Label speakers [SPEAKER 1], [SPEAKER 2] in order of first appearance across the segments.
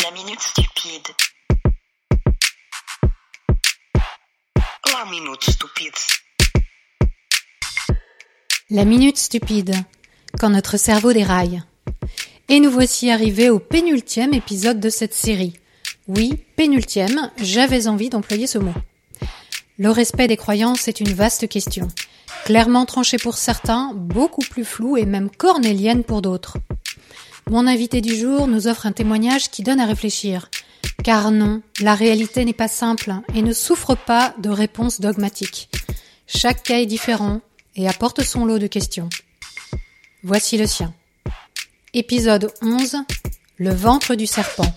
[SPEAKER 1] La minute stupide. La minute stupide.
[SPEAKER 2] La minute stupide, quand notre cerveau déraille. Et nous voici arrivés au pénultième épisode de cette série. Oui, pénultième, j'avais envie d'employer ce mot. Le respect des croyances est une vaste question. Clairement tranchée pour certains, beaucoup plus floue et même cornélienne pour d'autres. Mon invité du jour nous offre un témoignage qui donne à réfléchir. Car non, la réalité n'est pas simple et ne souffre pas de réponses dogmatiques. Chaque cas est différent et apporte son lot de questions. Voici le sien. Épisode 11. Le ventre du serpent.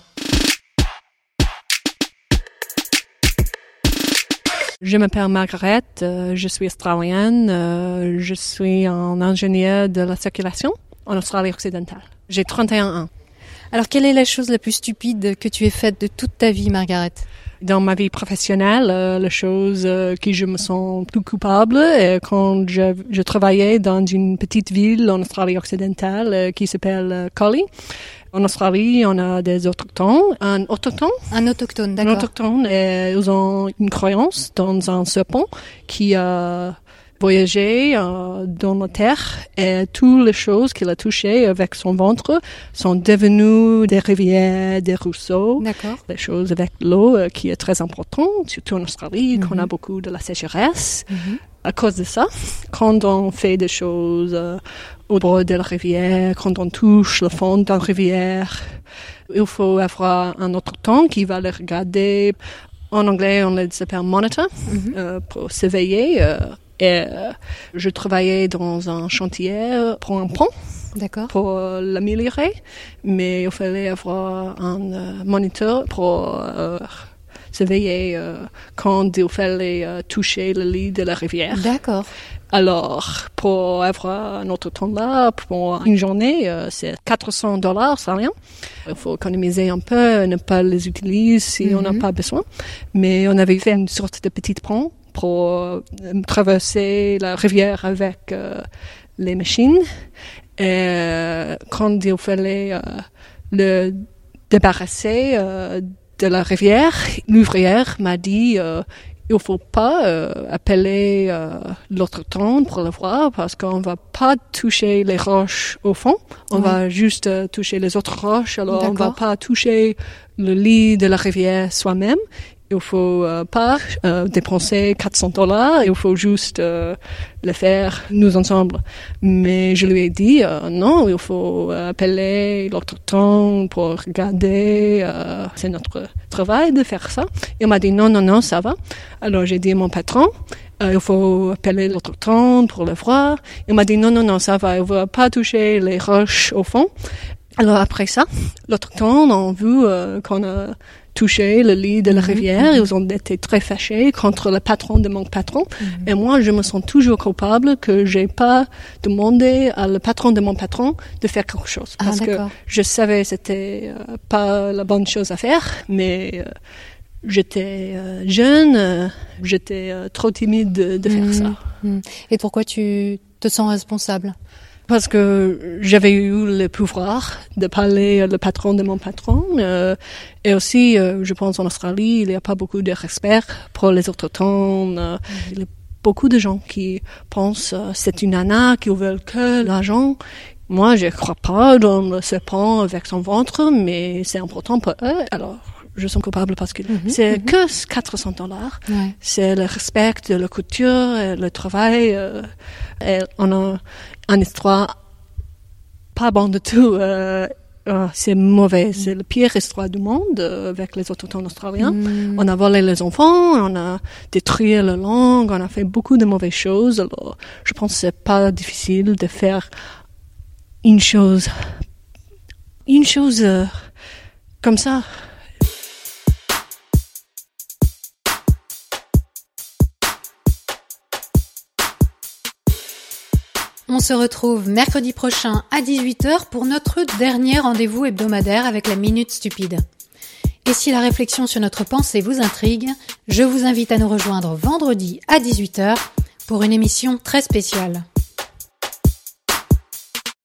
[SPEAKER 3] Je m'appelle Margaret, je suis australienne, je suis un ingénieur de la circulation en Australie occidentale. J'ai 31 ans.
[SPEAKER 2] Alors, quelle est la chose la plus stupide que tu aies faite de toute ta vie, Margaret ?
[SPEAKER 3] Dans ma vie professionnelle, la chose que je me sens plus coupable est quand je travaillais dans une petite ville en Australie occidentale qui s'appelle Collie. En Australie, on a des autochtones. Un autochtone, d'accord. Un autochtone, ils ont une croyance dans un serpent qui a voyagé dans la terre et toutes les choses qu'il a touchées avec son ventre sont devenues des rivières, des ruisseaux.
[SPEAKER 2] D'accord.
[SPEAKER 3] Des choses avec l'eau qui est très importante, surtout en Australie, qu'on a beaucoup de la sécheresse. À cause de ça, quand on fait des choses au bord de la rivière, quand on touche le fond de la rivière, il faut avoir un autochtone qui va le regarder. En anglais, on s'appelle monitor, pour surveiller. Et je travaillais dans un chantier pour un pont.
[SPEAKER 2] D'accord.
[SPEAKER 3] Pour l'améliorer, mais il fallait avoir un moniteur pour surveiller quand il fallait toucher le lit de la rivière.
[SPEAKER 2] D'accord.
[SPEAKER 3] Alors, pour avoir un autre temps là, pour une journée, c'est $400, c'est rien. Il faut économiser un peu, ne pas les utiliser si on n'a pas besoin. Mais on avait fait une sorte de petit pont pour traverser la rivière avec les machines. Et quand il fallait le débarrasser de la rivière, l'ouvrière m'a dit il faut pas appeler l'autochtone pour le voir parce qu'on va pas toucher les roches au fond, on va juste toucher les autres roches, alors on va pas toucher le lit de la rivière soi-même. Il faut pas dépenser $400, il faut juste le faire nous ensemble. Mais je lui ai dit non, il faut appeler l'autochtone pour regarder, c'est notre travail de faire ça. Il m'a dit non, ça va. Alors j'ai dit à mon patron, il faut appeler l'autochtone pour le voir. Il m'a dit non, ça va, il va pas toucher les roches au fond. Alors après ça, l'autochtone a vu qu'on a touché le lit de la rivière. Ils ont été très fâchés contre le patron de mon patron. Et moi, je me sens toujours coupable que j'ai pas demandé à le patron de mon patron de faire quelque chose. Parce que je savais que c'était pas la bonne chose à faire, mais j'étais jeune, j'étais trop timide de faire ça.
[SPEAKER 2] Et pourquoi tu te sens responsable ?
[SPEAKER 3] Parce que j'avais eu le pouvoir de parler le patron de mon patron. Et aussi, je pense en Australie, il n'y a pas beaucoup de respect pour les autochtones. Il y a beaucoup de gens qui pensent c'est une nana qui veut que l'argent. Moi, je ne crois pas dans le serpent avec son ventre, mais c'est important pour eux. Alors, je suis coupable parce que c'est que $400.
[SPEAKER 2] Ouais.
[SPEAKER 3] C'est le respect de la culture, et le travail. Et on a une histoire pas bonne du tout. C'est mauvais. C'est la pire histoire du monde avec les autochtones australiens. On a volé les enfants, on a détruit la langue, on a fait beaucoup de mauvaises choses. Alors, je pense que c'est pas difficile de faire une chose comme ça.
[SPEAKER 2] On se retrouve mercredi prochain à 18h pour notre dernier rendez-vous hebdomadaire avec la Minute Stupide. Et si la réflexion sur notre pensée vous intrigue, je vous invite à nous rejoindre vendredi à 18h pour une émission très spéciale.